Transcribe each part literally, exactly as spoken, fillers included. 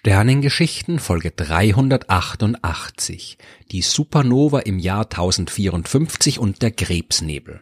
Sternengeschichten Folge dreihundertachtundachtzig. Die Supernova im Jahr tausendvierundfünfzig und der Krebsnebel.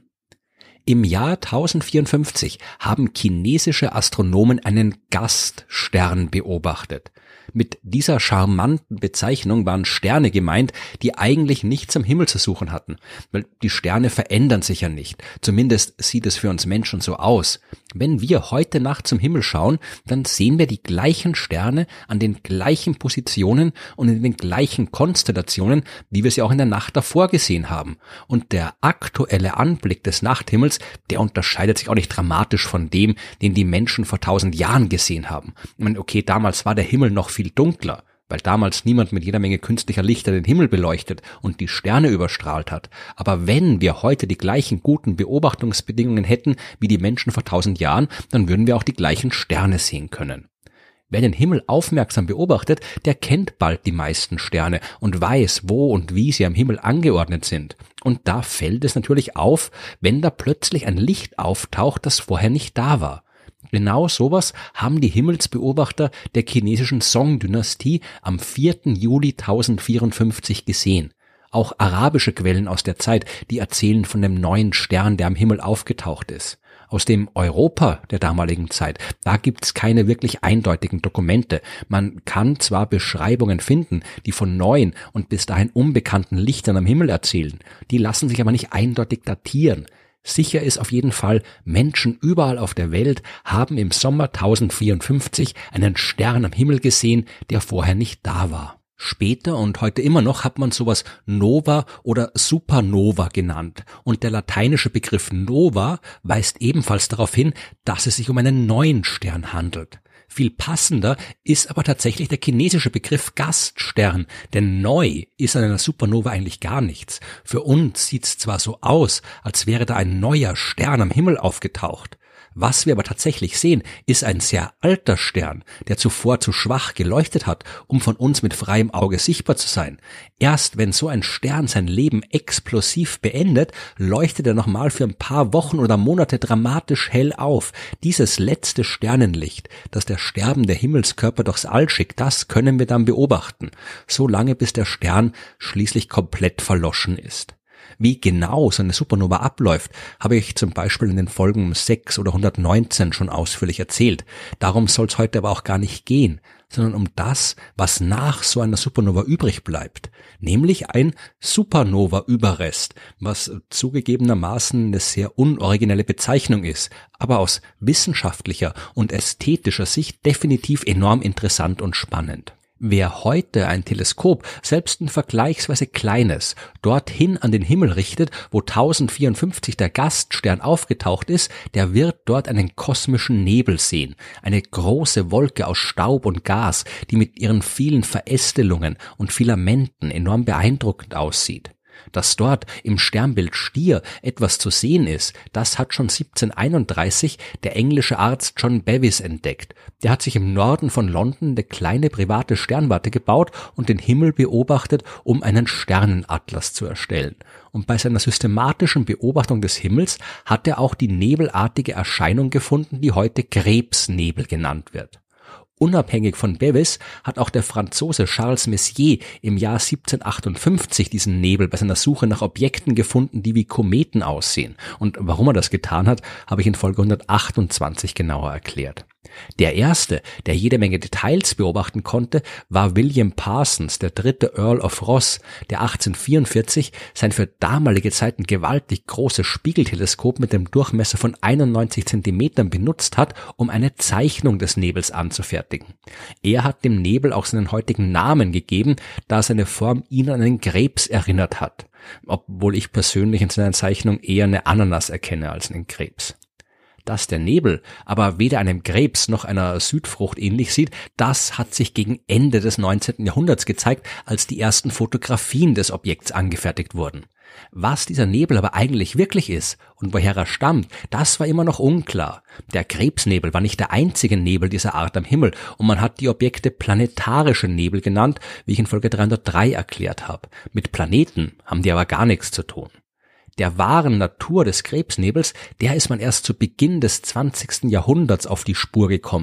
Im Jahr tausendvierundfünfzig haben chinesische Astronomen einen Gaststern beobachtet. Mit dieser charmanten Bezeichnung waren Sterne gemeint, die eigentlich nichts am Himmel zu suchen hatten, weil die Sterne verändern sich ja nicht. Zumindest sieht es für uns Menschen so aus. Wenn wir heute Nacht zum Himmel schauen, dann sehen wir die gleichen Sterne an den gleichen Positionen und in den gleichen Konstellationen, wie wir sie auch in der Nacht davor gesehen haben. Und der aktuelle Anblick des Nachthimmels, der unterscheidet sich auch nicht dramatisch von dem, den die Menschen vor tausend Jahren gesehen haben. Ich meine, okay, damals war der Himmel noch viel dunkler, weil damals niemand mit jeder Menge künstlicher Lichter den Himmel beleuchtet und die Sterne überstrahlt hat. Aber wenn wir heute die gleichen guten Beobachtungsbedingungen hätten wie die Menschen vor tausend Jahren, dann würden wir auch die gleichen Sterne sehen können. Wer den Himmel aufmerksam beobachtet, der kennt bald die meisten Sterne und weiß, wo und wie sie am Himmel angeordnet sind. Und da fällt es natürlich auf, wenn da plötzlich ein Licht auftaucht, das vorher nicht da war. Genau sowas haben die Himmelsbeobachter der chinesischen Song-Dynastie am vierten Juli tausendvierundfünfzig gesehen. Auch arabische Quellen aus der Zeit, die erzählen von dem neuen Stern, der am Himmel aufgetaucht ist. Aus dem Europa der damaligen Zeit, da gibt's keine wirklich eindeutigen Dokumente. Man kann zwar Beschreibungen finden, die von neuen und bis dahin unbekannten Lichtern am Himmel erzählen, die lassen sich aber nicht eindeutig datieren. Sicher ist auf jeden Fall, Menschen überall auf der Welt haben im Sommer tausendvierundfünfzig einen Stern am Himmel gesehen, der vorher nicht da war. Später und heute immer noch hat man sowas Nova oder Supernova genannt und der lateinische Begriff Nova weist ebenfalls darauf hin, dass es sich um einen neuen Stern handelt. Viel passender ist aber tatsächlich der chinesische Begriff Gaststern, denn neu ist an einer Supernova eigentlich gar nichts. Für uns sieht's zwar so aus, als wäre da ein neuer Stern am Himmel aufgetaucht. Was wir aber tatsächlich sehen, ist ein sehr alter Stern, der zuvor zu schwach geleuchtet hat, um von uns mit freiem Auge sichtbar zu sein. Erst wenn so ein Stern sein Leben explosiv beendet, leuchtet er nochmal für ein paar Wochen oder Monate dramatisch hell auf. Dieses letzte Sternenlicht, das der sterbende Himmelskörper durchs All schickt, das können wir dann beobachten, so lange bis der Stern schließlich komplett verloschen ist. Wie genau so eine Supernova abläuft, habe ich zum Beispiel in den Folgen sechs oder hundertneunzehn schon ausführlich erzählt. Darum soll es heute aber auch gar nicht gehen, sondern um das, was nach so einer Supernova übrig bleibt, nämlich ein Supernova-Überrest, was zugegebenermaßen eine sehr unoriginelle Bezeichnung ist, aber aus wissenschaftlicher und ästhetischer Sicht definitiv enorm interessant und spannend. Wer heute ein Teleskop, selbst ein vergleichsweise kleines, dorthin an den Himmel richtet, wo tausendvierundfünfzig der Gaststern aufgetaucht ist, der wird dort einen kosmischen Nebel sehen. Eine große Wolke aus Staub und Gas, die mit ihren vielen Verästelungen und Filamenten enorm beeindruckend aussieht. Dass dort im Sternbild Stier etwas zu sehen ist, das hat schon siebzehnhunderteinunddreißig der englische Arzt John Bevis entdeckt. Der hat sich im Norden von London eine kleine private Sternwarte gebaut und den Himmel beobachtet, um einen Sternenatlas zu erstellen. Und bei seiner systematischen Beobachtung des Himmels hat er auch die nebelartige Erscheinung gefunden, die heute Krebsnebel genannt wird. Unabhängig von Bevis hat auch der Franzose Charles Messier im Jahr siebzehnhundertachtundfünfzig diesen Nebel bei seiner Suche nach Objekten gefunden, die wie Kometen aussehen. Und warum er das getan hat, habe ich in Folge hundertachtundzwanzig genauer erklärt. Der erste, der jede Menge Details beobachten konnte, war William Parsons, der dritte Earl of Ross, der achtzehnhundertvierundvierzig sein für damalige Zeiten gewaltig großes Spiegelteleskop mit dem Durchmesser von einundneunzig Zentimetern benutzt hat, um eine Zeichnung des Nebels anzufertigen. Er hat dem Nebel auch seinen heutigen Namen gegeben, da seine Form ihn an einen Krebs erinnert hat, obwohl ich persönlich in seiner Zeichnung eher eine Ananas erkenne als einen Krebs. Dass der Nebel aber weder einem Krebs noch einer Südfrucht ähnlich sieht, das hat sich gegen Ende des neunzehnten Jahrhunderts gezeigt, als die ersten Fotografien des Objekts angefertigt wurden. Was dieser Nebel aber eigentlich wirklich ist und woher er stammt, das war immer noch unklar. Der Krebsnebel war nicht der einzige Nebel dieser Art am Himmel und man hat die Objekte planetarische Nebel genannt, wie ich in Folge dreihundertdrei erklärt habe. Mit Planeten haben die aber gar nichts zu tun. Der wahren Natur des Krebsnebels, der ist man erst zu Beginn des zwanzigsten Jahrhunderts auf die Spur gekommen.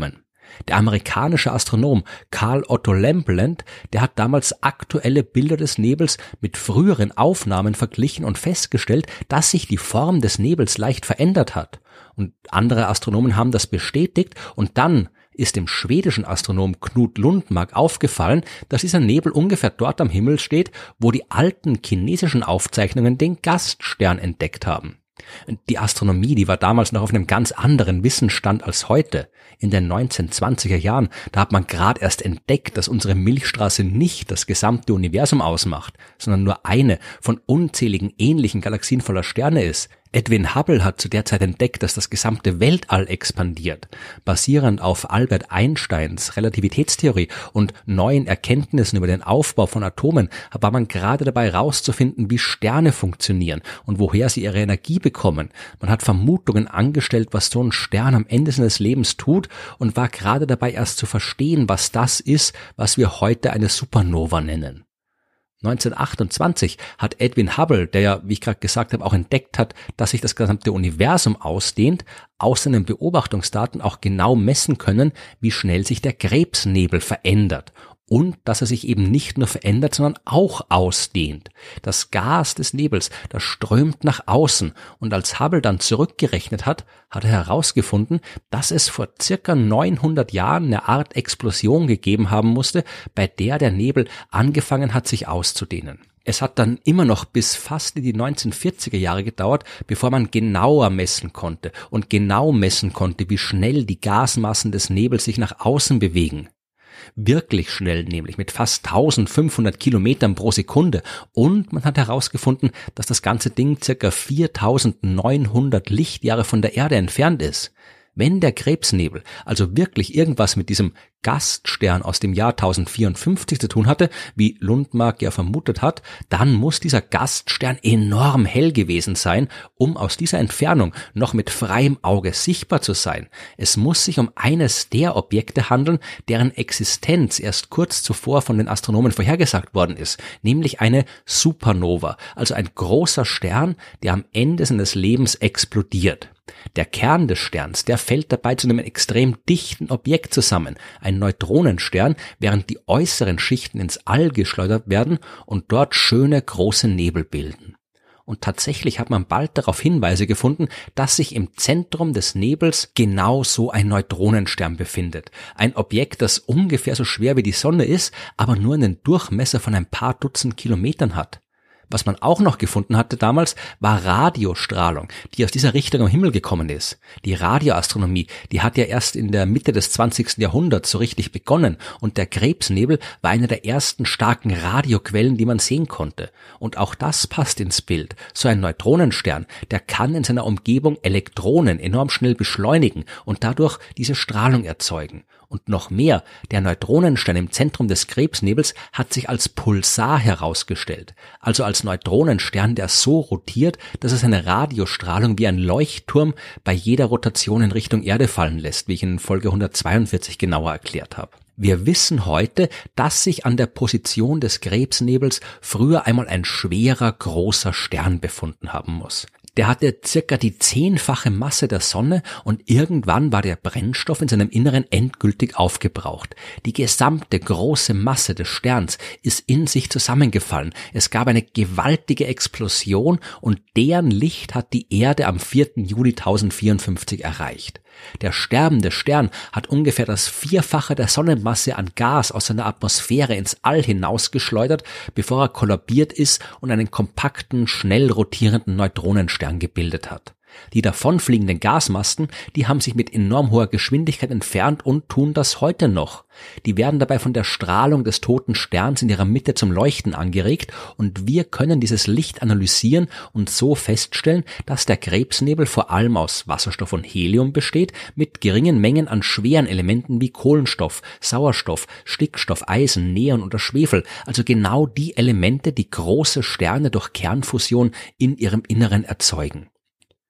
Der amerikanische Astronom Carl Otto Lampland, der hat damals aktuelle Bilder des Nebels mit früheren Aufnahmen verglichen und festgestellt, dass sich die Form des Nebels leicht verändert hat. Und andere Astronomen haben das bestätigt und dann ist dem schwedischen Astronom Knut Lundmark aufgefallen, dass dieser Nebel ungefähr dort am Himmel steht, wo die alten chinesischen Aufzeichnungen den Gaststern entdeckt haben. Die Astronomie, die war damals noch auf einem ganz anderen Wissensstand als heute. In den neunzehnhundertzwanziger Jahren, da hat man gerade erst entdeckt, dass unsere Milchstraße nicht das gesamte Universum ausmacht, sondern nur eine von unzähligen ähnlichen Galaxien voller Sterne ist. Edwin Hubble hat zu der Zeit entdeckt, dass das gesamte Weltall expandiert. Basierend auf Albert Einsteins Relativitätstheorie und neuen Erkenntnissen über den Aufbau von Atomen war man gerade dabei herauszufinden, wie Sterne funktionieren und woher sie ihre Energie bekommen. Man hat Vermutungen angestellt, was so ein Stern am Ende seines Lebens tut und war gerade dabei erst zu verstehen, was das ist, was wir heute eine Supernova nennen. neunzehnhundertachtundzwanzig hat Edwin Hubble, der ja, wie ich gerade gesagt habe, auch entdeckt hat, dass sich das gesamte Universum ausdehnt, aus seinen Beobachtungsdaten auch genau messen können, wie schnell sich der Krebsnebel verändert. Und dass er sich eben nicht nur verändert, sondern auch ausdehnt. Das Gas des Nebels, das strömt nach außen. Und als Hubble dann zurückgerechnet hat, hat er herausgefunden, dass es vor circa neunhundert Jahren eine Art Explosion gegeben haben musste, bei der der Nebel angefangen hat, sich auszudehnen. Es hat dann immer noch bis fast in die neunzehnhundertvierziger Jahre gedauert, bevor man genauer messen konnte und genau messen konnte, wie schnell die Gasmassen des Nebels sich nach außen bewegen. Wirklich schnell, nämlich mit fast eintausendfünfhundert Kilometern pro Sekunde. Und man hat herausgefunden, dass das ganze Ding circa viertausendneunhundert Lichtjahre von der Erde entfernt ist. Wenn der Krebsnebel also wirklich irgendwas mit diesem Gaststern aus dem Jahr tausendvierundfünfzig zu tun hatte, wie Lundmark ja vermutet hat, dann muss dieser Gaststern enorm hell gewesen sein, um aus dieser Entfernung noch mit freiem Auge sichtbar zu sein. Es muss sich um eines der Objekte handeln, deren Existenz erst kurz zuvor von den Astronomen vorhergesagt worden ist, nämlich eine Supernova, also ein großer Stern, der am Ende seines Lebens explodiert. Der Kern des Sterns, der fällt dabei zu einem extrem dichten Objekt zusammen, ein Neutronenstern, während die äußeren Schichten ins All geschleudert werden und dort schöne große Nebel bilden. Und tatsächlich hat man bald darauf Hinweise gefunden, dass sich im Zentrum des Nebels genau so ein Neutronenstern befindet. Ein Objekt, das ungefähr so schwer wie die Sonne ist, aber nur einen Durchmesser von ein paar Dutzend Kilometern hat. Was man auch noch gefunden hatte damals, war Radiostrahlung, die aus dieser Richtung am Himmel gekommen ist. Die Radioastronomie, die hat ja erst in der Mitte des zwanzigsten Jahrhunderts so richtig begonnen und der Krebsnebel war eine der ersten starken Radioquellen, die man sehen konnte. Und auch das passt ins Bild. So ein Neutronenstern, der kann in seiner Umgebung Elektronen enorm schnell beschleunigen und dadurch diese Strahlung erzeugen. Und noch mehr, der Neutronenstern im Zentrum des Krebsnebels hat sich als Pulsar herausgestellt, also als Neutronenstern, der so rotiert, dass es eine Radiostrahlung wie ein Leuchtturm bei jeder Rotation in Richtung Erde fallen lässt, wie ich in Folge hundertzweiundvierzig genauer erklärt habe. Wir wissen heute, dass sich an der Position des Krebsnebels früher einmal ein schwerer, großer Stern befunden haben muss. Der hatte circa die zehnfache Masse der Sonne und irgendwann war der Brennstoff in seinem Inneren endgültig aufgebraucht. Die gesamte große Masse des Sterns ist in sich zusammengefallen. Es gab eine gewaltige Explosion und deren Licht hat die Erde am vierten Juli tausendvierundfünfzig erreicht. Der sterbende Stern hat ungefähr das Vierfache der Sonnenmasse an Gas aus seiner Atmosphäre ins All hinausgeschleudert, bevor er kollabiert ist und einen kompakten, schnell rotierenden Neutronenstern gebildet hat. Die davonfliegenden Gasmasten, die haben sich mit enorm hoher Geschwindigkeit entfernt und tun das heute noch. Die werden dabei von der Strahlung des toten Sterns in ihrer Mitte zum Leuchten angeregt und wir können dieses Licht analysieren und so feststellen, dass der Krebsnebel vor allem aus Wasserstoff und Helium besteht, mit geringen Mengen an schweren Elementen wie Kohlenstoff, Sauerstoff, Stickstoff, Eisen, Neon oder Schwefel, also genau die Elemente, die große Sterne durch Kernfusion in ihrem Inneren erzeugen.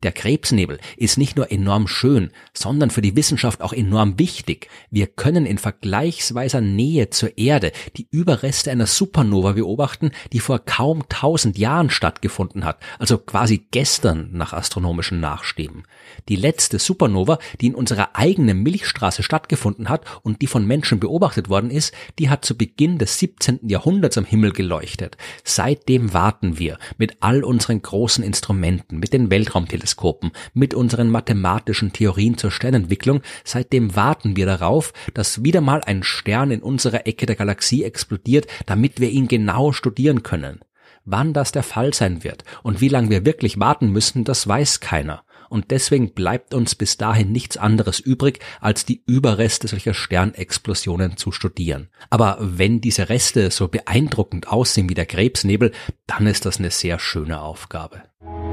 Der Krebsnebel ist nicht nur enorm schön, sondern für die Wissenschaft auch enorm wichtig. Wir können in vergleichsweiser Nähe zur Erde die Überreste einer Supernova beobachten, die vor kaum tausend Jahren stattgefunden hat, also quasi gestern nach astronomischen Nachsteben. Die letzte Supernova, die in unserer eigenen Milchstraße stattgefunden hat und die von Menschen beobachtet worden ist, die hat zu Beginn des siebzehnten Jahrhunderts am Himmel geleuchtet. Seitdem warten wir mit all unseren großen Instrumenten, mit den Weltraumteleskopen, mit unseren mathematischen Theorien zur Sternentwicklung, seitdem warten wir darauf, dass wieder mal ein Stern in unserer Ecke der Galaxie explodiert, damit wir ihn genau studieren können. Wann das der Fall sein wird und wie lange wir wirklich warten müssen, das weiß keiner. Und deswegen bleibt uns bis dahin nichts anderes übrig, als die Überreste solcher Sternexplosionen zu studieren. Aber wenn diese Reste so beeindruckend aussehen wie der Krebsnebel, dann ist das eine sehr schöne Aufgabe.